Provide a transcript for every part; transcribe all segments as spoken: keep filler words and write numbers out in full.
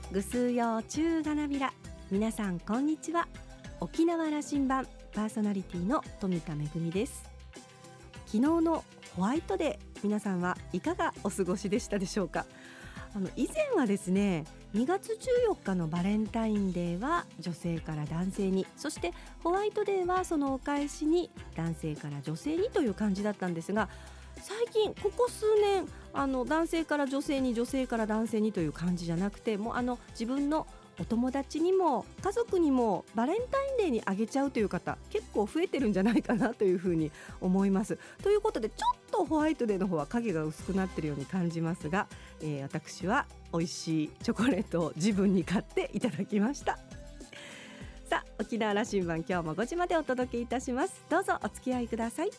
ぐすうようちゅうがなびら。皆さんこんにちは。沖縄羅針盤パーソナリティの富田恵です。昨日のホワイトデー、皆さんはいかがお過ごしでしたでしょうか。あの以前はですね、にがつじゅうよっかのバレンタインデーは女性から男性に、そしてホワイトデーはそのお返しに男性から女性にという感じだったんですが、最近ここ数年あの男性から女性に、女性から男性にという感じじゃなくて、もうあの自分のお友達にも家族にもバレンタインデーにあげちゃうという方、結構増えてるんじゃないかなというふうに思います。ということで、ちょっとホワイトデーの方は影が薄くなっているように感じますが、えー、私は美味しいチョコレートを自分に買っていただきました。さあ、沖縄羅針盤、今日もごじまでお届けいたします。どうぞお付き合いください。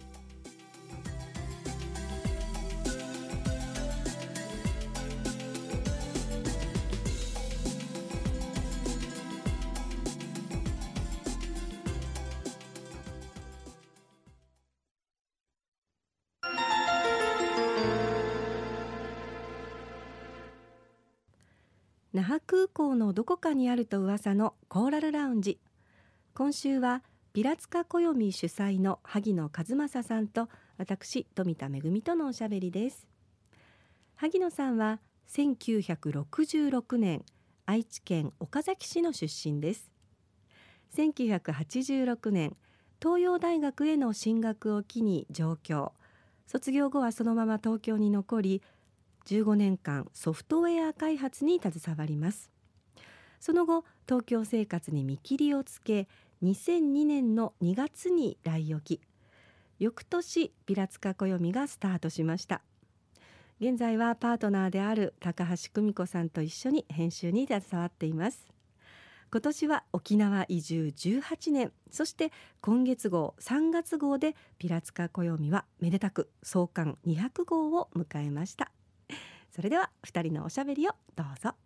那覇空港のどこかにあると噂のコーラルラウンジ。今週はピラツカ暦主催の萩野和正さんと私富田恵とのおしゃべりです。萩野さんはせんきゅうひゃくろくじゅうろくねん愛知県岡崎市の出身です。せんきゅうひゃくはちじゅうろくねん東洋大学への進学を機に上京。卒業後はそのまま東京に残り、じゅうごねんかんソフトウェア開発に携わります。その後東京生活に見切りをつけ、にせんにねんのにがつに来沖、翌年ピラツカ暦がスタートしました。現在はパートナーである高橋久美子さんと一緒に編集に携わっています。今年は沖縄移住じゅうはちねん、そして今月号さんがつ号でピラツカ暦はめでたく創刊にひゃくごうを迎えました。それではふたりのおしゃべりをどうぞ。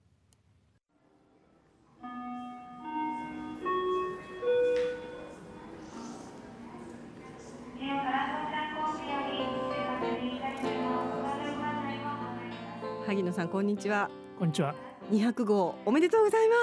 萩野さん、こんにちは。 こんにちは。 にひゃくごうおめでとうございます。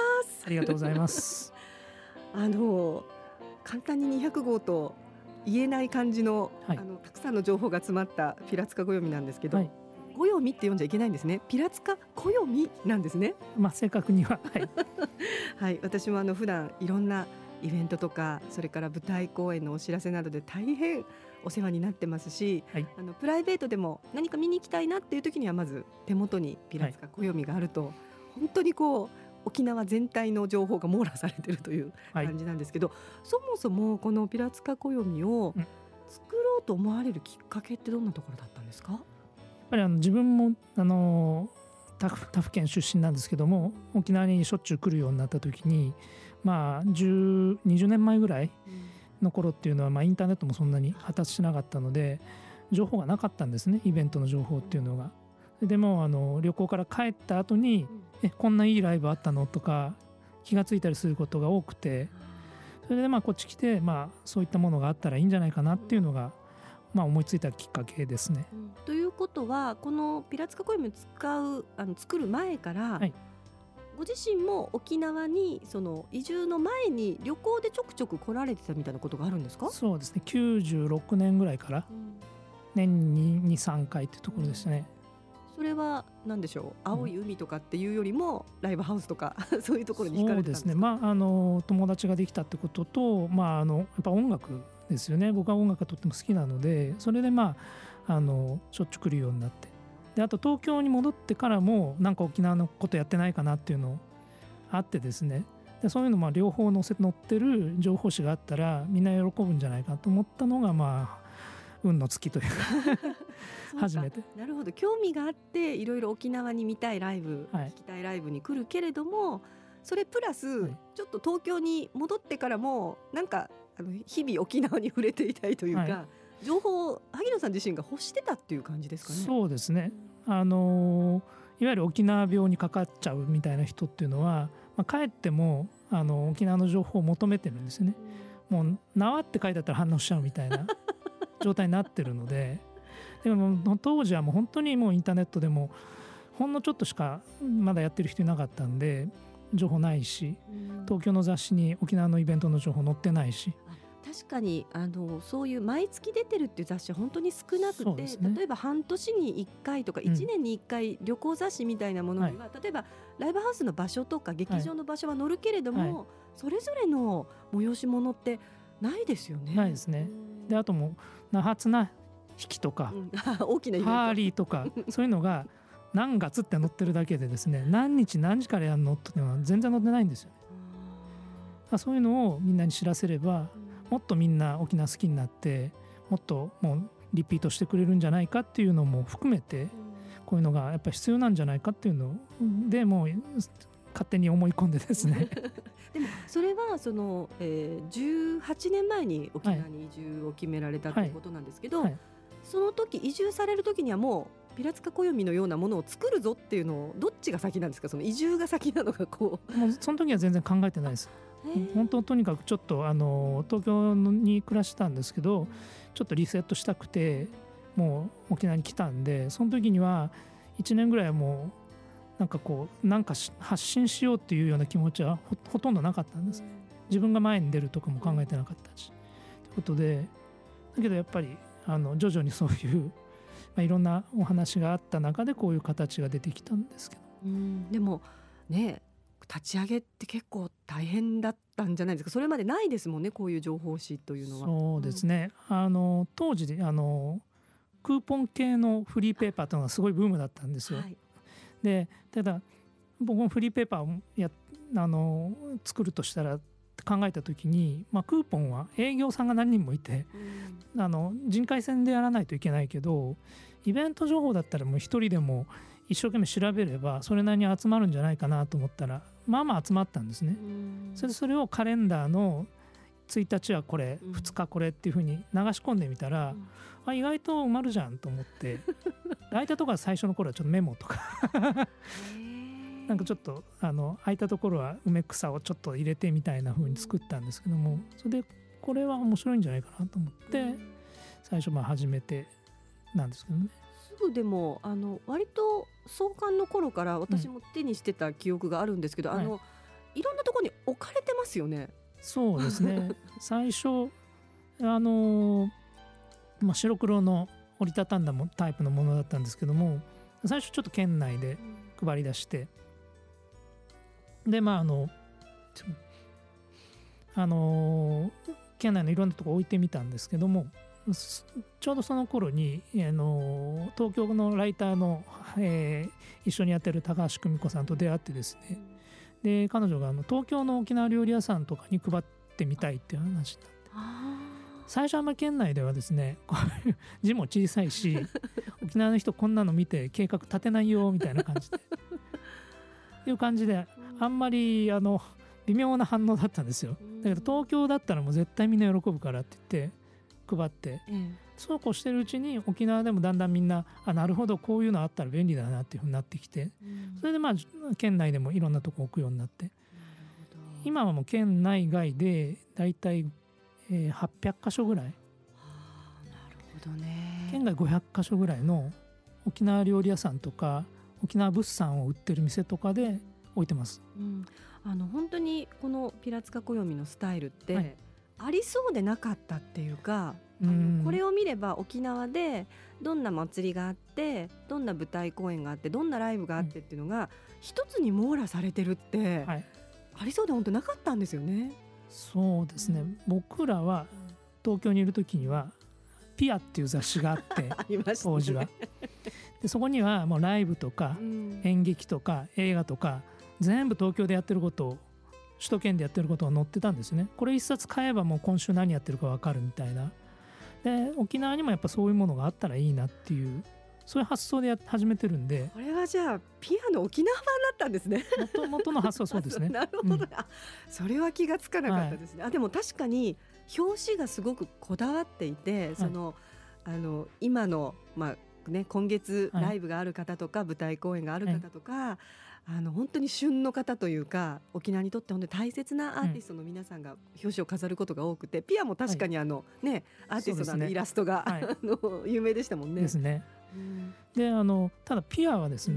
ありがとうございますあの簡単ににひゃくごうと言えない感じの、 はい、 あのたくさんの情報が詰まったピラツカ暦なんですけど、はい、暦って読んじゃいけないんですね。ピラツカ暦なんですね。 まあ正確にははい、 はい、私もあの普段いろんなイベントとか、それから舞台公演のお知らせなどで大変お世話になってますし、はい、あのプライベートでも何か見に行きたいなっていう時にはまず手元にピラツカ暦があると、はい、本当にこう沖縄全体の情報が網羅されているという感じなんですけど、はい、そもそもこのピラツカ暦を作ろうと思われるきっかけってどんなところだったんですか？ やっぱりあの自分もあの他府、他府県出身なんですけども、沖縄にしょっちゅう来るようになった時に、まあ、じゅう、にじゅうねんまえぐらいの頃っていうのは、まあ、インターネットもそんなに発達しなかったので情報がなかったんですね、イベントの情報っていうのが。でもあの旅行から帰った後に、えこんないいライブあったのとか気がついたりすることが多くて、それでまあこっち来て、まあ、そういったものがあったらいいんじゃないかなっていうのが、まあ、思いついたきっかけですね。 うん、ということは、このピラツカ暦を使うあの作る前から、はい、ご自身も沖縄にその移住の前に旅行でちょくちょく来られてたみたいなことがあるんですか？ そうですね、きゅうじゅうろくねんぐらいから年に にさんかいっていうところでしたね。 うん、それは何でしょう、青い海とかっていうよりもライブハウスとかそういうところに惹かれてたんですか？ そうですね、まあ、あの友達ができたってことと、まあ、あのやっぱ音楽ですよね。僕は音楽がとっても好きなので、それでまああのしょっちゅう来るようになって、であと東京に戻ってからもなんか沖縄のことやってないかなっていうのあってですね、でそういうのまあ両方載せ載ってる情報誌があったらみんな喜ぶんじゃないかと思ったのが、まあ運の尽きというか初めて。 なるほど、興味があっていろいろ沖縄に見たいライブ、はい、聞きたいライブに来るけれども、それプラス、はい、ちょっと東京に戻ってからもなんかあの日々沖縄に触れていたいというか、はい、情報を萩野さん自身が欲してたっていう感じですかね。 そうですね、あのいわゆる沖縄病にかかっちゃうみたいな人っていうのは、まあ、帰ってもあの沖縄の情報を求めてるんですよね。もう縄って書いてあったら反応しちゃうみたいな状態になってるのででも当時はもう本当にもうインターネットでもほんのちょっとしかまだやってる人いなかったんで情報ないし、東京の雑誌に沖縄のイベントの情報載ってないし。 確かにあのそういう毎月出てるっていう雑誌は本当に少なくて、ね、例えば半年にいっかいとかいちねんにいっかい旅行雑誌みたいなものには、うん、例えばライブハウスの場所とか劇場の場所は載るけれども、はいはい、それぞれの催し物ってないですよね。 ないですね。であともう那覇綱引きとか、うん、 大きなイベントハーリーとかそういうのが何月って載ってるだけでですね何日何時からやるのっていうのは全然載ってないんですよね。そういうのをみんなに知らせれば、もっとみんな沖縄好きになってもっともうリピートしてくれるんじゃないかっていうのも含めて、こういうのがやっぱり必要なんじゃないかっていうのでもう勝手に思い込んでですねでもそれはその、えー、じゅうはちねんまえに沖縄に移住を決められたということなんですけど、はいはいはい、その時移住される時にはもうピラツカ暦のようなものを作るぞっていうのをどっちが先なんですか？その移住が先なのかこう。 もうその時は全然考えてないです。本当とにかくちょっとあの東京に暮らしてたんですけど、ちょっとリセットしたくてもう沖縄に来たんで、その時にはいちねんぐらいはもうなんかこうなんか発信しようっていうような気持ちは ほ, ほとんどなかったんです。自分が前に出るとかも考えてなかったしということで、だけどやっぱりあの徐々にそういう、まあ、いろんなお話があった中でこういう形が出てきたんですけど、 うん、でもね立ち上げって結構大変だったんじゃないですか？それまでないですもんね、こういう情報誌というのは。 そうですね、うん、あの当時あのクーポン系のフリーペーパーというのがすごいブームだったんですよ、はい、でただ僕もフリーペーパーをやあの作るとしたら考えた時に、まあ、クーポンは営業さんが何人もいて、うん、あの人海戦でやらないといけないけど、イベント情報だったらもう一人でも一生懸命調べればそれなりに集まるんじゃないかなと思ったら、まあまあ集まったんですね。それでそれをカレンダーのついたちはこれ、うん、ふつかこれっていう風に流し込んでみたら、うん、あ意外と埋まるじゃんと思って空いたところは最初の頃はちょっとメモとかなんかちょっとあの空いたところは梅草をちょっと入れてみたいな風に作ったんですけども、それでこれは面白いんじゃないかなと思って最初まあ始めてなんですけどね。 すぐでもあの割と創刊の頃から私も手にしてた記憶があるんですけど、うん、あの、はい、いろんなところに置かれてますよね。 そうですね最初あの、まあ、白黒の折りたたんだタイプのものだったんですけども、最初ちょっと県内で配り出して、うん、でまああのあの県内のいろんなとこ置いてみたんですけども、ちょうどその頃にあの東京のライターの、えー、一緒にやってる高橋久美子さんと出会ってですね、で彼女があの東京の沖縄料理屋さんとかに配ってみたいっていう話になって、最初あんまり県内ではですねこういう字も小さいし沖縄の人こんなの見て計画立てないよみたいな感じでいう感じであんまりあの微妙な反応だったんですよ。だけど東京だったらもう絶対みんな喜ぶからって言って配って、うん、そうこうしてるうちに沖縄でもだんだんみんなあなるほどこういうのあったら便利だなっていうふうになってきて、うん、それでまあ県内でもいろんなとこ置くようになって、今はもう県内外でだいたいはっぴゃっかしょぐらい、はあ、なるほどね、 県外ごひゃっかしょぐらいの沖縄料理屋さんとか沖縄物産を売ってる店とかで置いてます、 うん、あの本当にこのピラツカ暦のスタイルって、はい、ありそうでなかったっていうか、あのこれを見れば沖縄でどんな祭りがあってどんな舞台公演があってどんなライブがあってっていうのが一つに網羅されてるって、はい、ありそうで本当なかったんですよね。 そうですね、うん、僕らは東京にいる時にはピアっていう雑誌があってありましたね、当時はでそこにはもうライブとか、うん、演劇とか映画とか全部東京でやってることを首都圏でやってることが載ってたんですね。これ一冊買えばもう今週何やってるか分かるみたいな。で沖縄にもやっぱそういうものがあったらいいなっていうそういう発想でや始めてるんで、 これはじゃあピアの沖縄版だったんですね。 元々の発想はそうですねなるほど、うん、あそれは気がつかなかったですね、はい、あでも確かに表紙がすごくこだわっていて、はい、そのあの今の、まあね、今月ライブがある方とか、はい、舞台公演がある方とか、はいあの本当に旬の方というか沖縄にとって本当に大切なアーティストの皆さんが表紙を飾ることが多くて、うん、ピアも確かにあの、はいね、アーティストのイラストが、ねはい、あの有名でしたもんね。 ですね、うん、であのただピアはですね、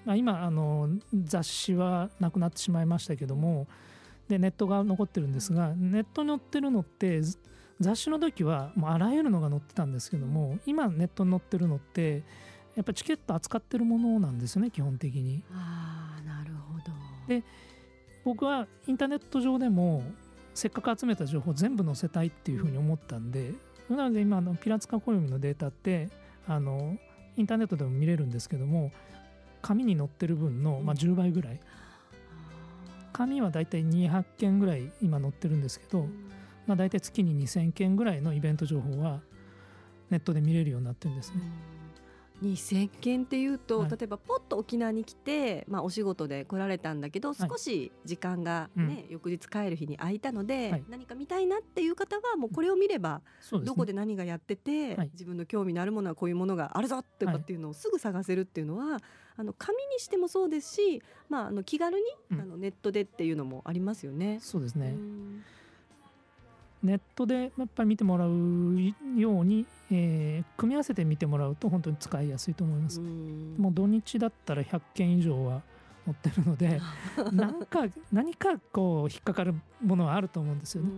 まあ、今あの雑誌はなくなってしまいましたけども、でネットが残ってるんですが、ネットに載ってるのって雑誌の時はもうあらゆるのが載ってたんですけども、今ネットに載ってるのってやっぱりチケット扱ってるものなんですよね、基本的に。 あー、なるほど。 で僕はインターネット上でもせっかく集めた情報を全部載せたいっていうふうに思ったんで、なので今のピラツカ暦のデータってあのインターネットでも見れるんですけども、紙に載ってる分の、まあ、じゅうばいぐらい、紙はだいたいにひゃっけんぐらい今載ってるんですけど、まあ、だいたい月ににせんけんぐらいのイベント情報はネットで見れるようになってるんですね。 にせんけんっていうと、 はい、 例えばポッと沖縄に来て、まあ、お仕事で来られたんだけど、 はい、 少し時間が、ね、うん、翌日帰る日に空いたので、 はい、 何か見たいなっていう方はもうこれを見れば、 うん、 どこで何がやってて、 はい、 自分の興味のあるものはこういうものがあるぞとかっていうのをすぐ探せるっていうのは、はい、あの紙にしてもそうですし、まあ、あの気軽に、うん、あのネットでっていうのもありますよね。 そうですね。ネットでやっぱり見てもらうように、えー、組み合わせて見てもらうと本当に使いやすいと思います。もう土日だったらひゃっけん以上は載ってるのでなんか何かこう引っかかるものはあると思うんですよね。うん、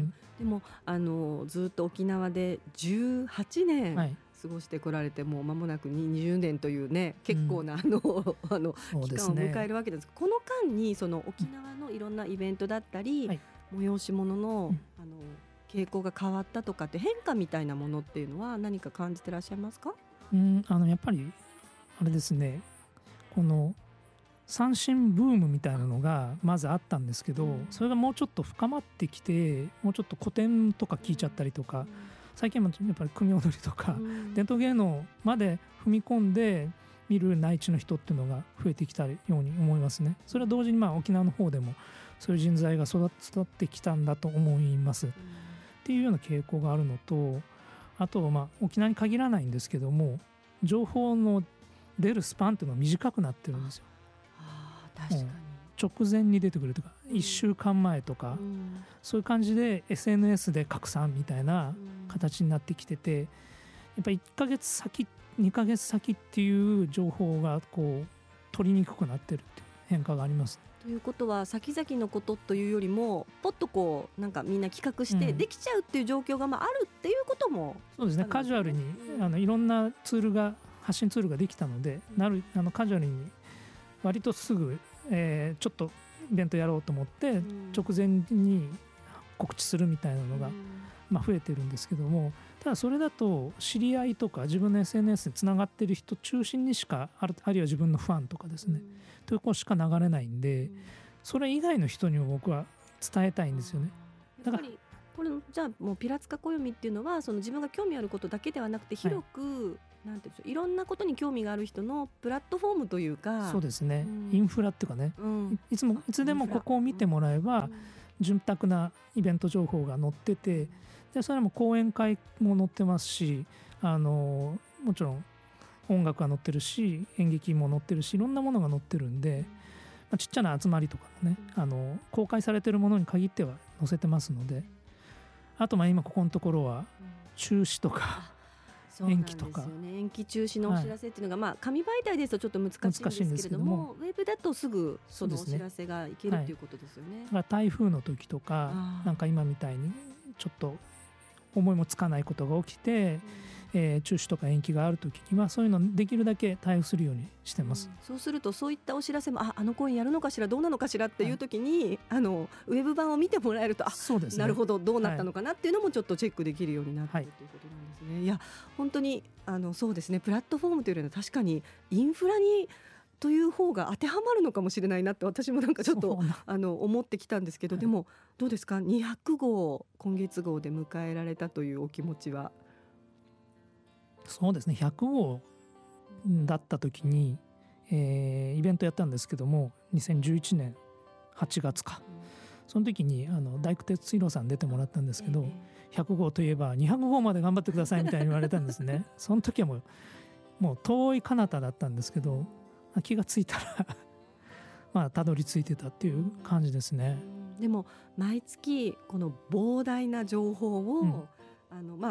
でもあのずっと沖縄でじゅうはちねん、はい、過ごしてこられて、もう間もなくにじゅうねんというね、結構なあの、うん、あの期間を迎えるわけです。この間にその沖縄のいろんなイベントだったり、はい、催し物の、うん、あの傾向が変わったとかって変化みたいなものっていうのは何か感じてらっしゃいますか？ うん、あのやっぱりあれですね、この三振ブームみたいなのがまずあったんですけど、うん、それがもうちょっと深まってきて、もうちょっと古典とか聞いちゃったりとか、うん、最近もやっぱり組踊りとか、うん、伝統芸能まで踏み込んで見る内地の人っていうのが増えてきたように思いますね。それは同時にまあ沖縄の方でもそういう人材が育ってきたんだと思います、うん、っていうような傾向があるのと、あとまあ沖縄に限らないんですけども、情報の出るスパンっていうのは短くなってるんですよ。 あ、確かに、うん、 直前に出てくるとか、うん、いっしゅうかんまえとか、うん、そういう感じで エスエヌエス で拡散みたいな形になってきてて、やっぱりいっかげつさきにかげつさきっていう情報がこう取りにくくなってるっていう変化があります。 ということは先々のことというよりも、ポッとこうなんかみんな企画してできちゃうっていう状況がまああるっていうことも、 うん、そうですね。カジュアルに、うん、あのいろんなツールが発信ツールができたので、うん、なるあのカジュアルに割とすぐ、えー、ちょっとイベントやろうと思って直前に告知するみたいなのが、うん、まあ、増えてるんですけども、ただそれだと知り合いとか自分の エスエヌエス でつながってる人中心にしか、ある、あるいは自分のファンとかですね、うん、というこしか流れないんで、うん、それ以外の人にも僕は伝えたいんですよね。だからこれじゃあもうピラツカ暦っていうのは、その自分が興味あることだけではなくて広く、はい、なんていうんでしょう、いろんなことに興味がある人のプラットフォームというか、 そうですね、うん、インフラっていうかね、うん、いつもいつでもここを見てもらえば、うん、潤沢なイベント情報が載ってて、でそれも講演会も載ってますし、あのもちろん音楽が載ってるし、演劇も載ってるし、いろんなものが載ってるんで、まあ、ちっちゃな集まりとかもね、あの公開されてるものに限っては載せてますので、あとまあ今ここのところは中止とか、うん、延期とか、 ね、延期中止のお知らせっていうのが、はい、まあ、紙媒体ですとちょっと難しいんですけれども、ウェブだとすぐそのお知らせがいけるっていうことですよね。 だから台風の時とか、なんか今みたいにちょっと思いもつかないことが起きて、うん、えー、中止とか延期がある時にはそういうのできるだけ対応するようにしてます、うん、 そうするとそういったお知らせも、あ、あの公演やるのかしら、どうなのかしらっていう時に、はい、あのウェブ版を見てもらえると、あ、そうですね、なるほど、どうなったのかなっていうのもちょっとチェックできるようになっている、はい、ということなんですね。いや本当にあのそうですね、プラットフォームというよりは確かにインフラにという方が当てはまるのかもしれないなって私もなんかちょっとあの思ってきたんですけど、はい、でもどうですか、にひゃくごう今月号で迎えられたというお気持ちは。 そうですね、ひゃくごうだった時に、えー、イベントやったんですけども、にせんじゅういちねんはちがつか、うん、その時にあの大工哲弘さん出てもらったんですけど、えー、ひゃくごうといえばにひゃくごうまで頑張ってくださいみたいに言われたんですねその時はもう、もう遠い彼方だったんですけど、気がついたらまあたどり着いてたっていう感じですね。 でも毎月この膨大な情報を、うん、あのまあ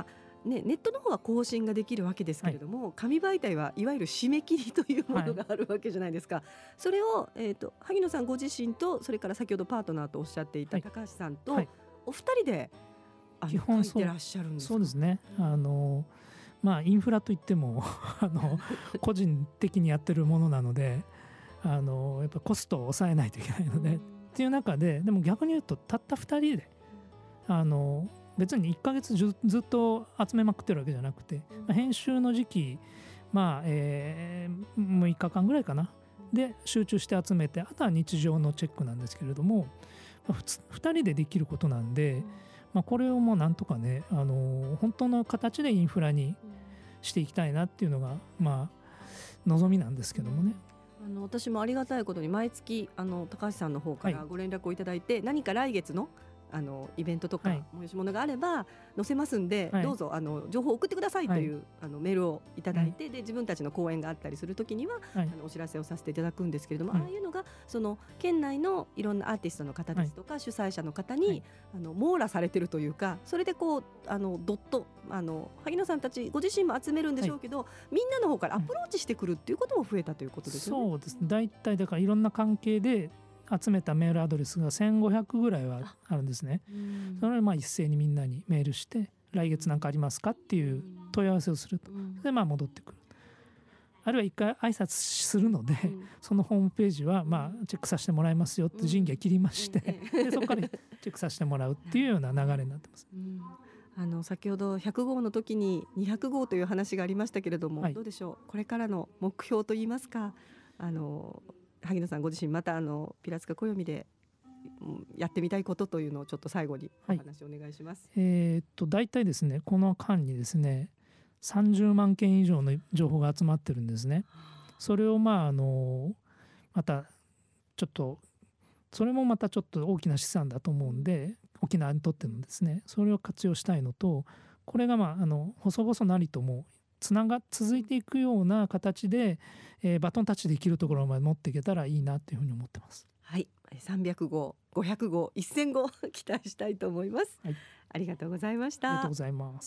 ね、ネットの方は更新ができるわけですけれども、はい、紙媒体はいわゆる締め切りというものがあるわけじゃないですか、はい、それを、えーと、萩野さんご自身とそれから先ほどパートナーとおっしゃっていた高橋さんと、はい、お二人であの基本書いてらっしゃるんですか？ そうですね、あのまあ、インフラといってもあの個人的にやってるものなのであのやっぱコストを抑えないといけないのでっていう中で、でも逆に言うとたったふたりであの別にいっかげつ ず, ずっと集めまくってるわけじゃなくて、まあ、編集の時期、まあえー、むいかかんぐらいかなで集中して集めて、あとは日常のチェックなんですけれども、まあ、ふたりでできることなんで、まあ、これをもうなんとかね、あの本当の形でインフラにしていきたいなっていうのが、まあ、望みなんですけどもね。 あの私もありがたいことに毎月あの高橋さんの方からご連絡をいただいて、はい、何か来月のあのイベントとか催し物があれば載せますんで、はい、どうぞあの情報を送ってくださいという、はい、あのメールをいただいて、はい、で自分たちの講演があったりするときには、はい、あのお知らせをさせていただくんですけれども、はい、ああいうのがその県内のいろんなアーティストの方ですとか、はい、主催者の方に、はい、あの網羅されてるというか、それでこうあのドットあの萩野さんたちご自身も集めるんでしょうけど、はい、みんなの方からアプローチしてくるっていうことも増えたということですよね。 そうですね、だいたいだからいろんな関係で集めたメールアドレスがせんごひゃくぐらいはあるんですね。それをまあ一斉にみんなにメールして来月なんかありますかっていう問い合わせをすると、でまあ戻ってくる、あるいは一回挨拶するので、そのホームページはまあチェックさせてもらいますよって仁義切りましてでそこからチェックさせてもらうっていうような流れになってます。 あの先ほどひゃくごうの時ににひゃくごうという話がありましたけれども、はい、どうでしょう、これからの目標といいますか、あの萩野さんご自身またあのピラツカ暦でやってみたいことというのをちょっと最後にお話をお願いします。 はい、えー、っと大体ですね、この間にですねさんじゅうまんけん以上の情報が集まってるんですね。それをまああのまたちょっとそれもまたちょっと大きな資産だと思うんで、沖縄にとってのですね、それを活用したいのと、これがまああの細々なりともつなが続いていくような形で、えー、バトンタッチできるところまで持っていけたらいいなというふうに思ってます。 はい、さんびゃくごう、ごひゃくごう、せんごう期待したいと思います。はい、ありがとうございました。 ありがとうございます。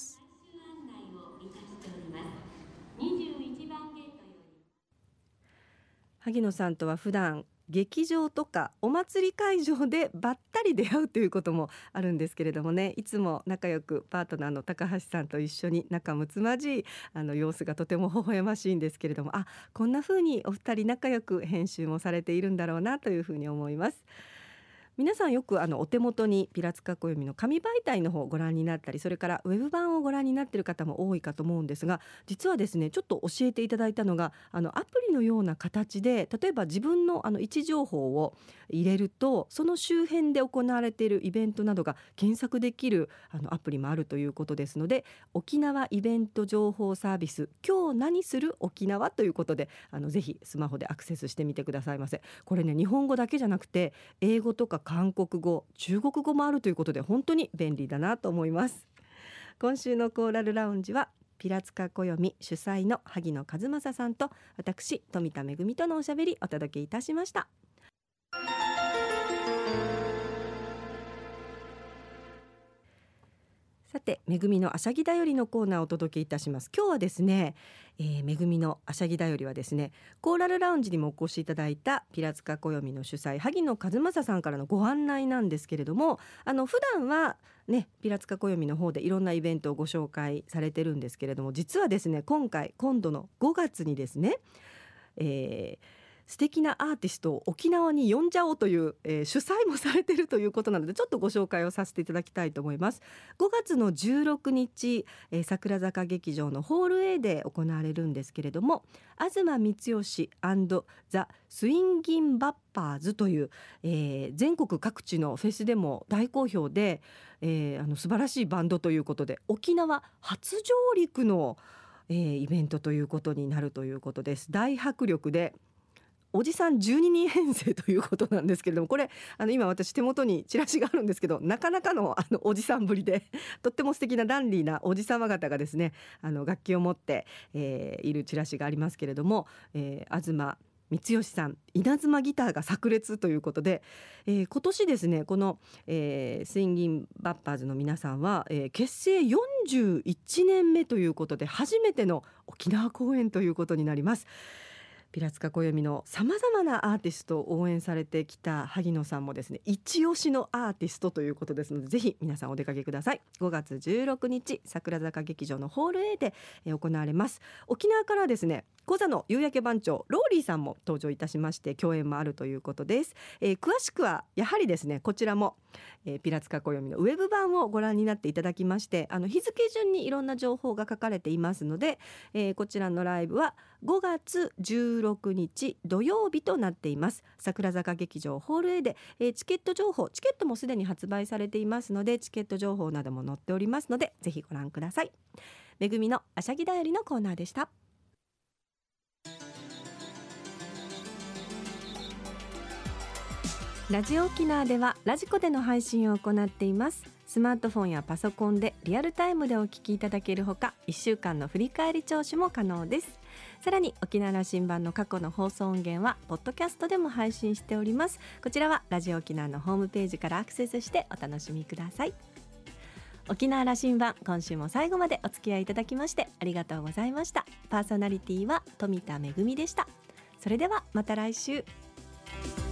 萩野さんとは普段劇場とかお祭り会場でばったり出会うということもあるんですけれどもね、いつも仲良くパートナーの高橋さんと一緒に仲睦まじいあの様子がとても微笑ましいんですけれども、あ、こんな風にお二人仲良く編集もされているんだろうなというふうに思います。皆さんよくあのお手元にピラツカ暦の紙媒体の方をご覧になったり、それからウェブ版をご覧になっている方も多いかと思うんですが、実はですねちょっと教えていただいたのが、あのアプリのような形で、例えば自分のあの位置情報を入れるとその周辺で行われているイベントなどが検索できるあのアプリもあるということですので、沖縄イベント情報サービス今日何する沖縄ということで、あのぜひスマホでアクセスしてみてくださいませ。これね、日本語だけじゃなくて英語とか韓国語、中国語もあるということで本当に便利だなと思います。今週のコーラルラウンジはピラツカ暦主催の萩野和正さんと私富田恵とのおしゃべりお届けいたしました。さて、めぐみのあしゃぎだよりのコーナーをお届けいたします。今日はですね、えー、めぐみのあしゃぎだよりはですね、コーラルラウンジにもお越しいただいたピラツカ暦の主催萩野和正さんからのご案内なんですけれども、あの普段はねピラツカ暦の方でいろんなイベントをご紹介されてるんですけれども、実はですね今回今度のごがつにですね、えー素敵なアーティストを沖縄に呼んじゃおうという、えー、主催もされているということなので、ちょっとご紹介をさせていただきたいと思います。ごがつのじゅうろくにち、えー、桜坂劇場のホール A で行われるんですけれども、東光義&ザ・スインギンバッパーズという、えー、全国各地のフェスでも大好評で、えー、あの素晴らしいバンドということで、沖縄初上陸の、えー、イベントということになるということです。大迫力でおじさんじゅうににん編成ということなんですけれども、これあの今私手元にチラシがあるんですけど、なかなか の, あのおじさんぶりでとっても素敵なダンディーなおじさま方がですね、あの楽器を持って、えー、いるチラシがありますけれども、えー、東光義さん、稲妻ギターが炸裂ということで、えー、今年ですねこの、えー、スインギンバッパーズの皆さんは、えー、結成よんじゅういちねんめということで初めての沖縄公演ということになります。平塚暦のさまざまなアーティストを応援されてきた萩野さんもですね一押しのアーティストということですので、ぜひ皆さんお出かけください。ごがつじゅうろくにち桜坂劇場のホール A で行われます。沖縄からですねコザの夕焼け番長ローリーさんも登場いたしまして共演もあるということです。えー、詳しくはやはりですねこちらも、えー、ピラツカ暦のウェブ版をご覧になっていただきまして、あの日付順にいろんな情報が書かれていますので、えー、こちらのライブはごがつじゅうろくにち土曜日となっています。桜坂劇場ホール A で、えー、チケット情報チケットもすでに発売されていますのでチケット情報なども載っておりますのでぜひご覧ください。めぐみのあしゃぎだよりのコーナーでした。ラジオ沖縄ではラジコでの配信を行っています。スマートフォンやパソコンでリアルタイムでお聞きいただけるほか、いっしゅうかんの振り返り聴取も可能です。さらに沖縄羅針盤の過去の放送音源はポッドキャストでも配信しております。こちらはラジオ沖縄のホームページからアクセスしてお楽しみください。沖縄羅針盤、今週も最後までお付き合いいただきましてありがとうございました。パーソナリティは富田恵でした。それではまた来週。